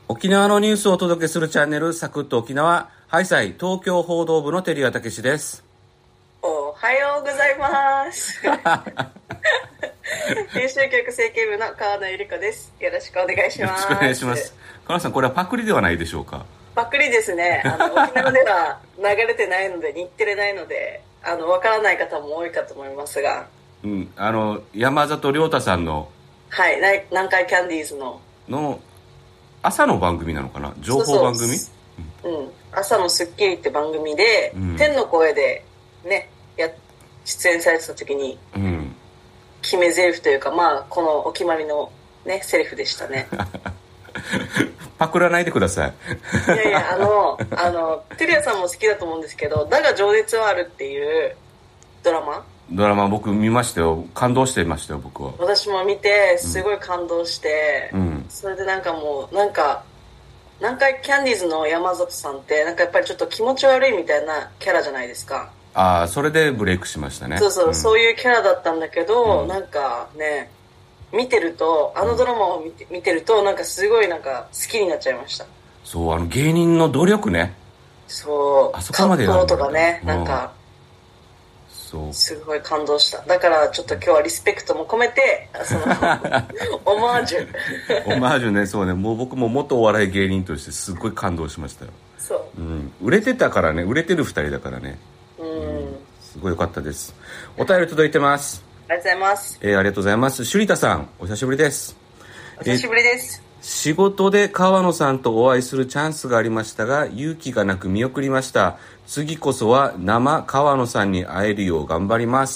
沖縄のニュースをお届けするチャンネル、サクッと沖縄。ハイサイ東京報道部の照屋武です。 おはようございます編集局政経部の川野ゆり子です。よろしくお願いします。 よろしくお願いします。川野さん、これはパクリではないでしょうか？ パクリですね。沖縄では流れてないので、日テレないので、わからない方も多いかと思いますが、 山里亮太さんの、 はい、南海キャンディーズの朝の番組なのかな、情報番組。 朝のスッキリって番組で、天の声でね出演されてた時に、決め台詞というか、このお決まりのねセリフでしたねパクらないでください。 いやいや、テレアさんも好きだと思うんですけど、だが情熱はあるっていうドラマ僕見ましたよ。感動してましたよ、僕は。 私も見てすごい感動して、それでなんか南海キャンディーズの山里さんってなんかやっぱりちょっと気持ち悪いみたいなキャラじゃないですか。 ああ、それでブレイクしましたね。 そういうキャラだったんだけど、なんかね、見てると、ドラマを見てると、なんかすごいなんか好きになっちゃいました。 そう、芸人の努力ね。 そう、 あそこまで葛藤とかね、なんかすごい感動した。だからちょっと今日はリスペクトも込めて、オマージュオマージュね。そうね、もう僕も元お笑い芸人としてすっごい感動しましたよ。 そう、 売れてたからね、売れてる2人だからね、すごい良かったです。お便り届いてます。 ありがとうございます。 ありがとうございます。シュリタさん、お久しぶりです。 お久しぶりです。 仕事で川野さんとお会いするチャンスがありましたが、勇気がなく見送りました。次こそは生川野さんに会えるよう頑張ります。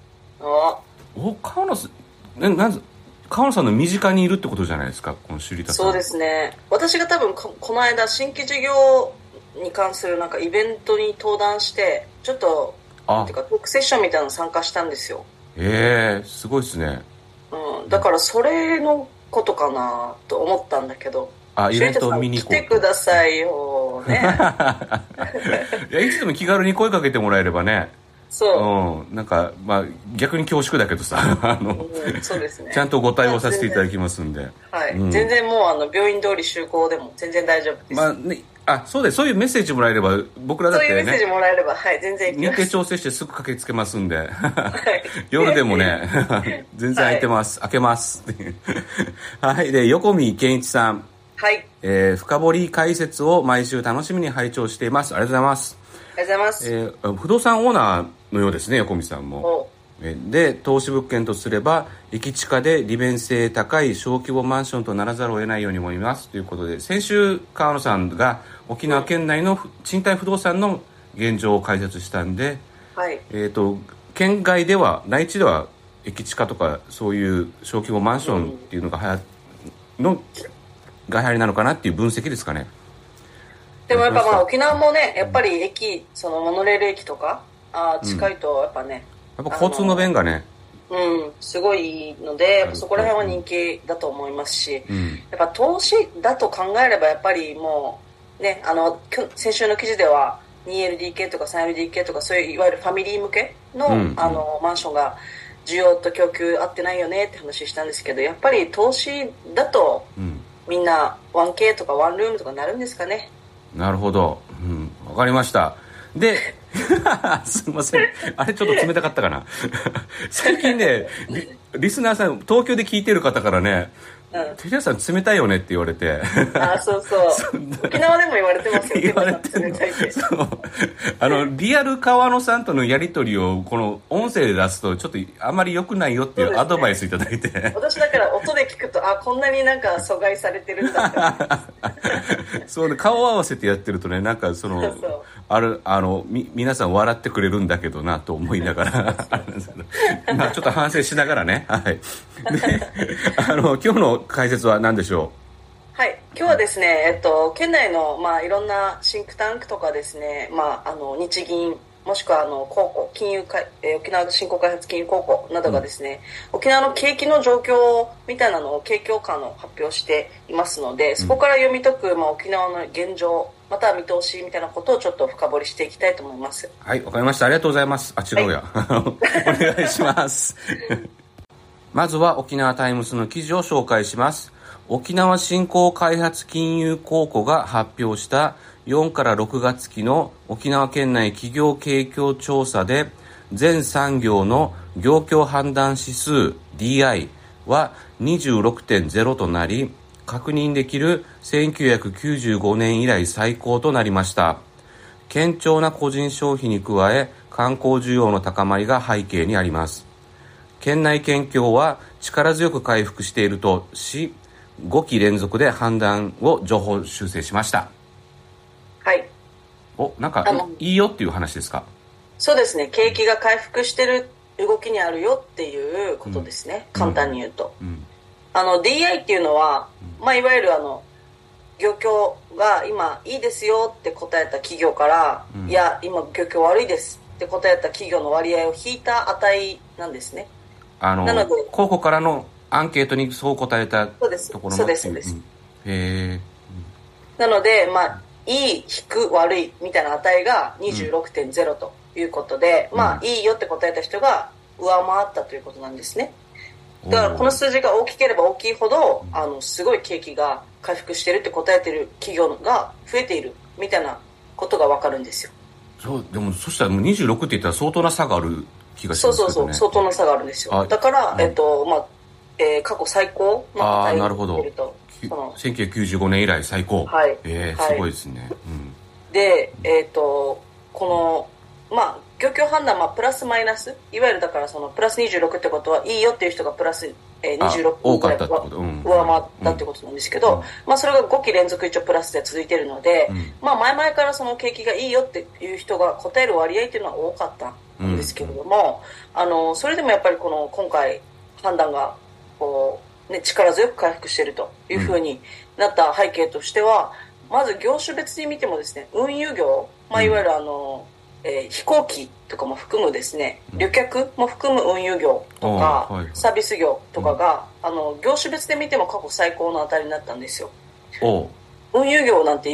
川野さん、川野さんの身近にいるってことじゃないですか、このシュリタさん。 そうですね。私が多分この間新規事業に関するなんかイベントに登壇して、ちょっとなんていうかトークセッションみたいなの参加したんですよ。 すごいですね。 だからそれのことかなと思ったんだけど、 イベント見に行こう。 来てくださいよねいや、いつでも気軽に声かけてもらえればね。 そう、 なんか逆に恐縮だけどさそうですね、 ちゃんとご対応させていただきますんで、 はい、全然もう病院通り集合でも全然大丈夫です。 そうです。そういうメッセージもらえれば、僕らだってね、 そういうメッセージもらえれば、はい、全然行きます。 日程調整してすぐ駆けつけますんで夜でもね全然空いてます、開けますはい。で、横見健一さん、 はい、 深掘り解説を毎週楽しみに拝聴しています。ありがとうございます。 ありがとうございます。不動産オーナーのようですね、横見さんも。で、投資物件とすれば駅地下で利便性高い小規模マンションとならざるを得ないように思いますということで、先週川野さんが沖縄県内の賃貸不動産の現状を解説したんで、 はい、 県外では内地では駅地下とかそういう小規模マンションっていうのが流行りなのかなっていう分析ですかね。 でもやっぱ沖縄もね、やっぱり駅、そのモノレール駅とか近いとやっぱね、 やっぱ交通の便がね、 すごいいいので、やっぱそこら辺は人気だと思いますし、やっぱ投資だと考えればやっぱりもうね、先週の記事では 2LDK とか 3LDK とかそういういわゆるファミリー向けの、マンションが需要と供給合ってないよねって話したんですけど、やっぱり投資だと、みんな 1K とかワンルームとかなるんですかね。 なるほど、わかりました。ですいません、あれちょっと冷たかったかな最近ね、リスナーさん、東京で聞いてる方からね、テレアさん冷たいよねって言われてそう沖縄でも言われてますよ言われてる。リアル川野さんとのやり取りをこの音声で出すとちょっとあんまり良くないよっていうアドバイスいただいて、 私だから音で聞くとこんなになんか阻害されてるんだってそうね、顔合わせてやってるとね、なんか皆さん笑ってくれるんだけどなと思いながらちょっと反省しながらね、はい。で、今日の解説は何でしょう？はい、今日はですね、県内のいろんなシンクタンクとかですね、日銀もしくは公庫金融沖縄振興開発金融公庫などがですね、沖縄の景気の状況みたいなのを景況感を発表していますので、そこから読み解く、沖縄の現状または見通しみたいなことをちょっと深掘りしていきたいと思います。 はい、わかりました。ありがとうございます。違うや、お願いしますまずは沖縄タイムスの記事を紹介します。 沖縄振興開発金融公庫が発表した4から6月期の沖縄県内企業景況調査で、全産業の業況判断指数 DI は 26.0 となり、確認できる1995年以来最高となりました。堅調な個人消費に加え、観光需要の高まりが背景にあります。県内県況は力強く回復しているとし、5期連続で判断を上方修正しました。 はい。 なんかいいよっていう話ですか？ そうですね。景気が回復してる動きにあるよっていうことですね。簡単に言うと。DI っていうのは、いわゆる業況が今いいですよって答えた企業から、いや、今業況悪いですって答えた企業の割合を引いた値なんですね。 なので、候補からのアンケートにそう答えたところの。 そうです。なので、いい、引く、悪いみたいな値が 26.0 ということで、いいよって答えた人が上回ったということなんですね。だからこの数字が大きければ大きいほど、すごい景気が回復してるって答えてる企業が増えているみたいなことがわかるんですよ。 でもそしたらもう26って言ったら相当な差がある気がしますけどね。 そう、相当な差があるんですよ。だから、過去最高の値なるほど。1995年以来最高。 はい。 すごいですね。 で、この、業況判断、プラスマイナス、いわゆるだからそのプラス26ってことはいいよっていう人がプラス、26 多かったってこと、 上回ったってことなんですけど、それが5期連続一応プラスで続いているので、前々からその景気がいいよっていう人が答える割合っていうのは多かったんですけれども、それでもやっぱりこの今回判断がこう、力強く回復しているというふうになった背景としては、まず業種別に見てもですね、運輸業、いわゆる飛行機とかも含むですね、旅客も含む運輸業とか、サービス業とかが、業種別で見ても過去最高の値になったんですよ。運輸業なんて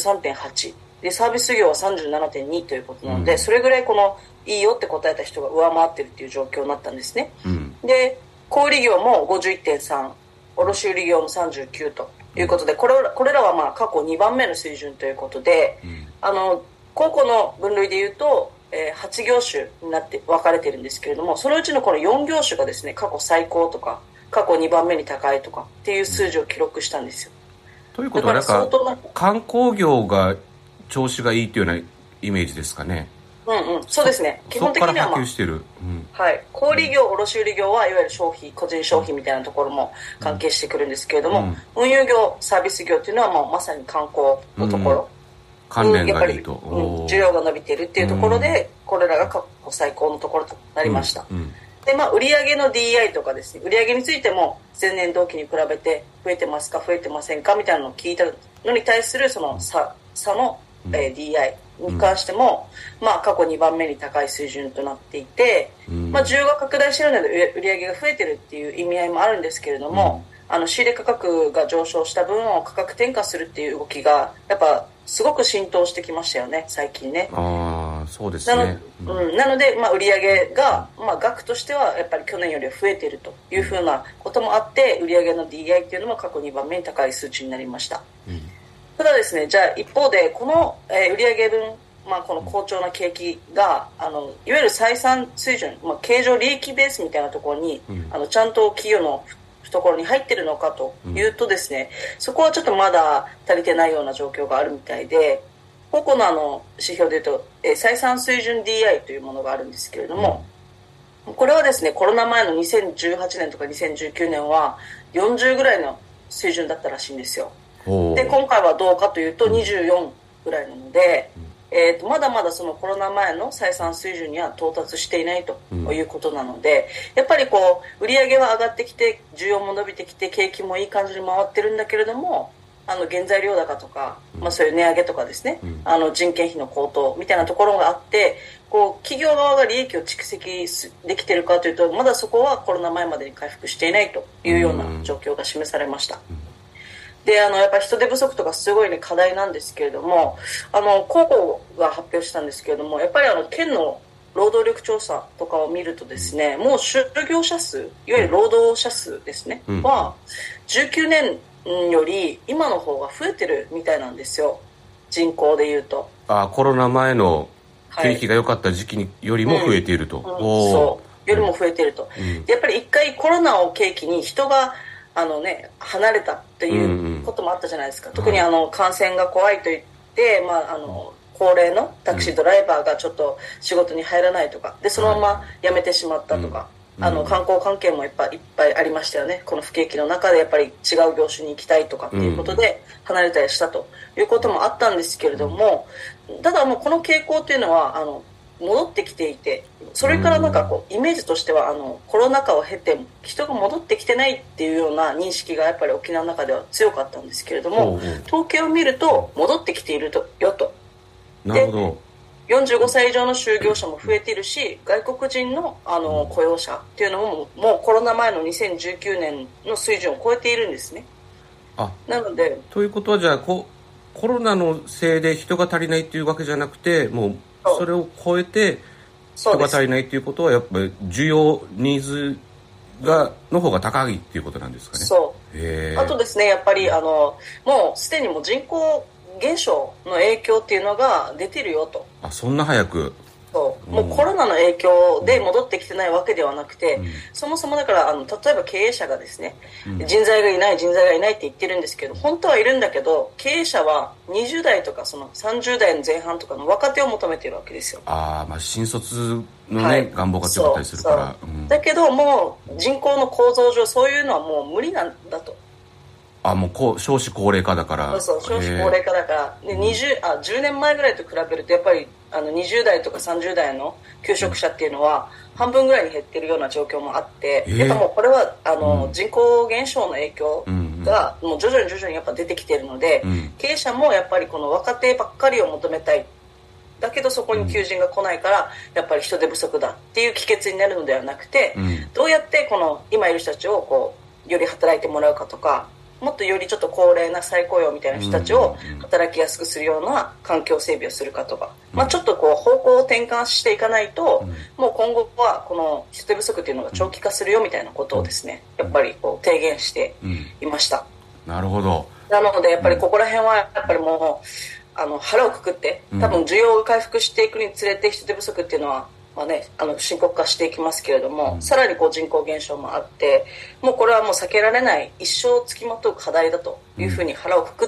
43.8 で、サービス業は 37.2 ということなので、それぐらいこのいいよって答えた人が上回ってるっていう状況になったんですね。で、小売業も 51.3、卸売業も39ということで、これらは過去2番目の水準ということで、個々の分類で言うと、8業種になって分かれてるんですけれども、そのうちのこの4業種がですね、過去最高とか過去2番目に高いとかっていう数字を記録したんですよ。 ということはなんか観光業が調子がいいっていうようなイメージですかね。 そうですね。基本的には、 そこから波及してる。 小売業、卸売業はいわゆる消費、個人消費みたいなところも関係してくるんですけれども、運輸業、サービス業っていうのはもうまさに観光のところ。 関連がいいと。 需要が伸びているっていうところで、これらが過去最高のところとなりました。で、売上の DI とかですね、売上についても前年同期に比べて増えてますか、増えてませんかみたいなのを聞いたのに対するその差の、DI に関しても、過去2番目に高い水準となっていて、需要が拡大しているので売上が増えてるっていう意味合いもあるんですけれども、仕入れ価格が上昇した分を価格転嫁するっていう動きがやっぱすごく浸透してきましたよね、最近ね。 そうですね。 なので、売上が、額としてはやっぱり去年よりは増えているというふうなこともあって、売上の DI っていうのも過去2番目に高い数値になりました。ただですね、じゃあ一方でこの、売上分、この好調な景気がいわゆる採算水準、経常利益ベースみたいなところに、ちゃんと企業の懐に入ってるのかというとですね、そこはちょっとまだ足りてないような状況があるみたいで、個々の指標で言うと、採算水準 DI というものがあるんですけれども、これはですね、コロナ前の2018年とか2019年は40ぐらいの水準だったらしいんですよ。で、今回はどうかというと24ぐらいなので、まだまだそのコロナ前の採算水準には到達していないということなので、やっぱりこう売上は上がってきて需要も伸びてきて景気もいい感じに回ってるんだけれども、原材料高とか、そういう値上げとかですね、人件費の高騰みたいなところがあって、こう企業側が利益を蓄積できているかというと、まだそこはコロナ前までに回復していないというような状況が示されました。で、やっぱり人手不足とかすごいね、課題なんですけれども、広報が発表したんですけれども、やっぱり県の労働力調査とかを見るとですね、もう就業者数、いわゆる労働者数ですね、は、19年より今の方が増えてるみたいなんですよ、人口でいうと。 コロナ前の景気が良かった時期よりも増えていると。 そうよりも増えていると、やっぱり一回コロナを契機に人が離れたっていうこともあったじゃないですか。特に感染が怖いと言って、高齢のタクシードライバーがちょっと仕事に入らないとかで、そのまま辞めてしまったとか、観光関係もいっぱいありましたよね。この不景気の中でやっぱり違う業種に行きたいとかっていうことで離れたりしたということもあったんですけれども、ただもうこの傾向っていうのは戻ってきていて、それからなんかこうイメージとしてはコロナ禍を経て人が戻ってきてないっていうような認識がやっぱり沖縄の中では強かったんですけれども、統計を見ると戻ってきているよと。 なるほど。 45歳以上の就業者も増えているし、外国人の雇用者っていうのももうコロナ前の2019年の水準を超えているんですね。なのでということは、じゃあコロナのせいで人が足りないっていうわけじゃなくて、もうそれを超えて人が足りないっていうことは、やっぱり需要ニーズの方が高いっていうことなんですかね。 あとですね、やっぱりもうすでにもう人口減少の影響っていうのが出てるよと。 そんな早く。 もうコロナの影響で戻ってきてないわけではなくて、そもそもだから例えば経営者がですね、人材がいないって言ってるんですけど、本当はいるんだけど、経営者は20代とかその30代の前半とかの若手を求めているわけですよ。 新卒のね、願望が強かったりするから。 だけどもう人口の構造上そういうのはもう無理なんだと。 もう少子高齢化だから。 少子高齢化だからで、10年前ぐらいと比べるとやっぱり20代とか30代の求職者っていうのは半分ぐらいに減ってるような状況もあって、やっぱもうこれは人口減少の影響がもう徐々にやっぱ出てきてるので、経営者もやっぱりこの若手ばっかりを求めたい。だけどそこに求人が来ないからやっぱり人手不足だっていう帰結になるのではなくて、どうやってこの今いる人たちをこうより働いてもらうかとか、もっとよりちょっと高齢な再雇用みたいな人たちを働きやすくするような環境整備をするかとか、ちょっとこう方向を転換していかないと、もう今後はこの人手不足っていうのが長期化するよみたいなことをですね、やっぱりこう提言していました。 なるほど。 なのでやっぱりここら辺はやっぱりもう腹をくくって、多分需要が回復していくにつれて人手不足っていうのは深刻化していきますけれども、さらにこう人口減少もあって、もうこれはもう避けられない一生つきまとう課題だというふうに腹をくくって、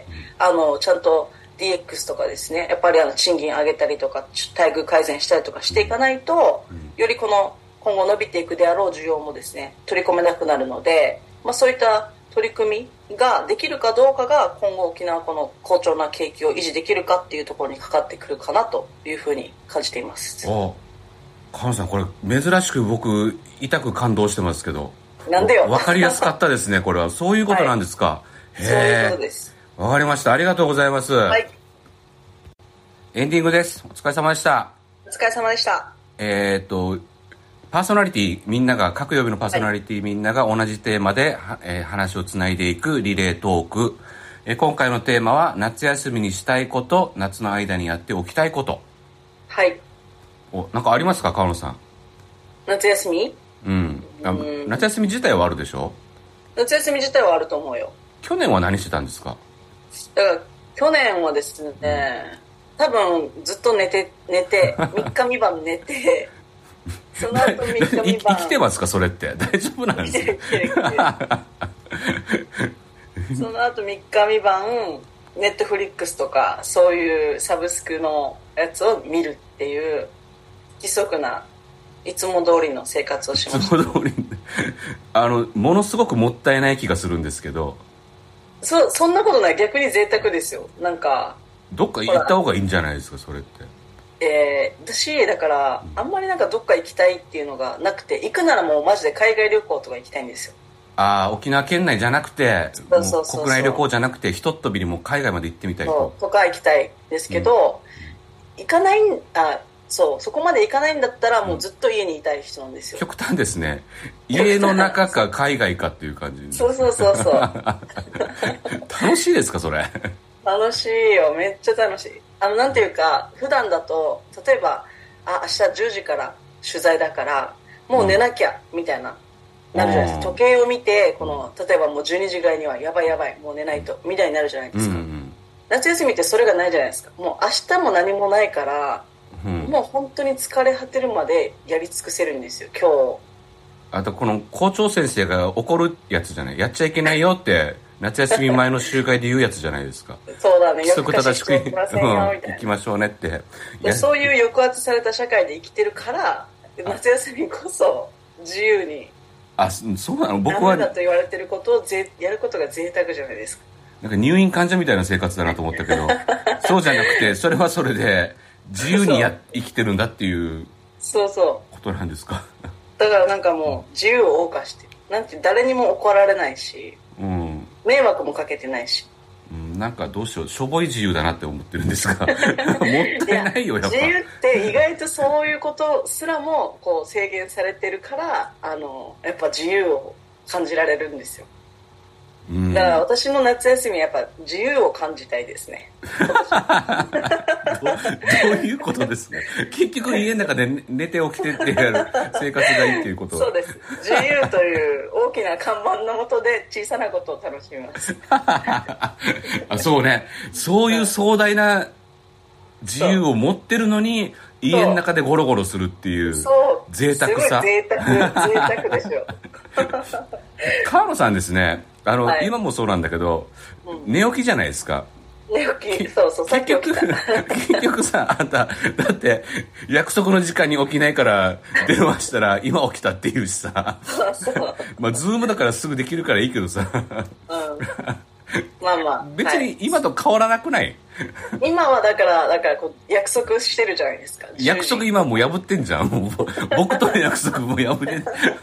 ちゃんと DX とかですね、やっぱり賃金上げたりとか待遇改善したりとかしていかないと、よりこの今後伸びていくであろう需要もですね取り込めなくなるので、そういった取り組みができるかどうかが今後沖縄この好調な景気を維持できるかっていうところにかかってくるかなというふうに感じています。 菅野さん、これ珍しく僕痛く感動してますけど、 なんでよ。 分かりやすかったですね。これはそういうことなんですか。 そういうことです。 分かりました。ありがとうございます。エンディングです。お疲れ様でした。 お疲れ様でした。 パーソナリティみんなが、各曜日のパーソナリティみんなが同じテーマで、話をつないでいくリレートーク。今回のテーマは夏休みにしたいこと、夏の間にやっておきたいこと。 はい。 なんかありますか、川野さん。 夏休み？ 夏休み自体はあるでしょ？ 夏休み自体はあると思うよ。 去年は何してたんですか？ だから去年はですね、多分ずっと寝て3日3晩寝てその後3日3晩生きてますか、それって。大丈夫なんですか？ その後3日3晩ネットフリックスとかそういうサブスクのやつを見るっていう不規則ないつも通りの生活をしました。 いつも通りものすごくもったいない気がするんですけど。 そんなことない。逆に贅沢ですよ。なんかどっか行った方がいいんじゃないですか、それって。 私だからあんまりなんかどっか行きたいっていうのがなくて、行くならもうマジで海外旅行とか行きたいんですよ。 沖縄県内じゃなくて、国内旅行じゃなくて、ひとっ飛びにもう海外まで行ってみたいとか行きたいですけど、行かないそこまで行かないんだったらもうずっと家にいたい人なんですよ。 極端ですね。家の中か海外かっていう感じ。 そう楽しいですか、それ？ 楽しいよ、めっちゃ楽しい。なんていうか、普段だと例えば明日10時から取材だからもう寝なきゃみたいななるじゃないですか。時計を見て例えばもう12時ぐらいにはやばいもう寝ないとみたいになるじゃないですか、夏休みってそれがないじゃないですか。もう明日も何もないから、もう本当に疲れ果てるまでやり尽くせるんですよ今日。 あとこの校長先生が怒るやつじゃない、やっちゃいけないよって夏休み前の集会で言うやつじゃないですか。 そうだね、 規則正しく行きましょうねって。 そういう抑圧された社会で生きてるから、夏休みこそ自由に、 そうなの。僕はダメだと言われてることをやることが贅沢じゃないですか。 なんか入院患者みたいな生活だなと思ったけどそうじゃなくて、それはそれで自由に生きてるんだっていうことなんですか。 だからなんかもう自由を謳歌してる。なんて誰にも怒られないし、迷惑もかけてないし、 なんかどうしよう、しょぼい自由だなって思ってるんですがもったいないよやっぱ。 自由って意外とそういうことすらもこう制限されてるから、やっぱ自由を感じられるんですよ。だから私の夏休みはやっぱ自由を感じたいですねどういうことですね。結局家の中で寝て起きてってやる生活がいいっていうこと。 そうです。自由という大きな看板の下で小さなことを楽しみますそうね、そういう壮大な自由を持ってるのに家の中でゴロゴロするっていう贅沢さ。 すごい贅沢でしょ川野さんですね、今もそうなんだけど、寝起きじゃないですか。 寝起き、そうさっき起きた結局さ、あんただって約束の時間に起きないから電話したら今起きたっていうしさまあズームだからすぐできるからいいけどさまあ別に今と変わらなくない？ 今はだからこう約束してるじゃないですか。 約束今もう破ってんじゃん。もう僕との約束も破れん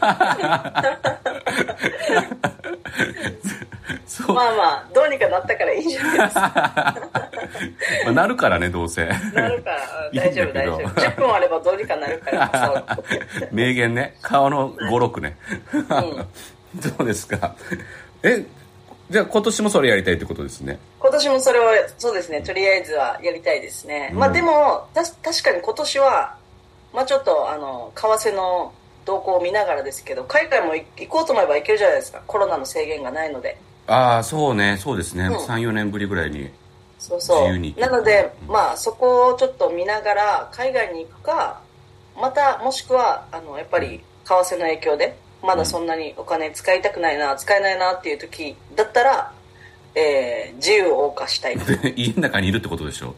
そう、まあどうにかなったからいいじゃないですかまあなるからね、どうせなるから大丈夫10分あればどうにかなるから名言ね、顔の語録ねどうですか。じゃあ今年もそれやりたいってことですね。 今年もそれを、そうですね、とりあえずはやりたいですね。まあでも確かに今年はまあちょっと為替の動向を見ながらですけど、海外も行こうと思えば行けるじゃないですか。コロナの制限がないので。 そうね、そうですね、3、4年ぶりぐらいにそう自由に行ける。 なので、まあそこをちょっと見ながら海外に行くか、またもしくはやっぱり為替の影響でまだそんなにお金使えないなっていう時だったら、自由を謳歌したい家の中にいるってことでしょ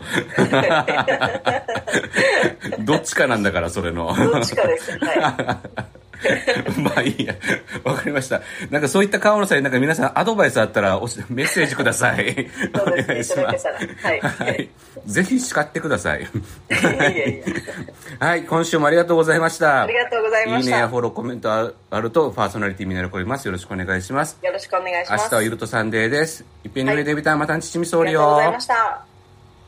どっちかなんだから、それのどっちかです。 まあいいや、わかりました。なんかそういった川野さんになんか皆さんアドバイスあったらメッセージくださいお願いします。 はい、ぜひ叱ってくださいはい、今週もありがとうございました。 ありがとうございました。 いいねやフォローコメントあるとパーソナリティになりこります。よろしくお願いします。 よろしくお願いします。 明日はゆるとサンデーです。いっぺんに上でビターまたんちちみそうりよ。 ありがとうございました。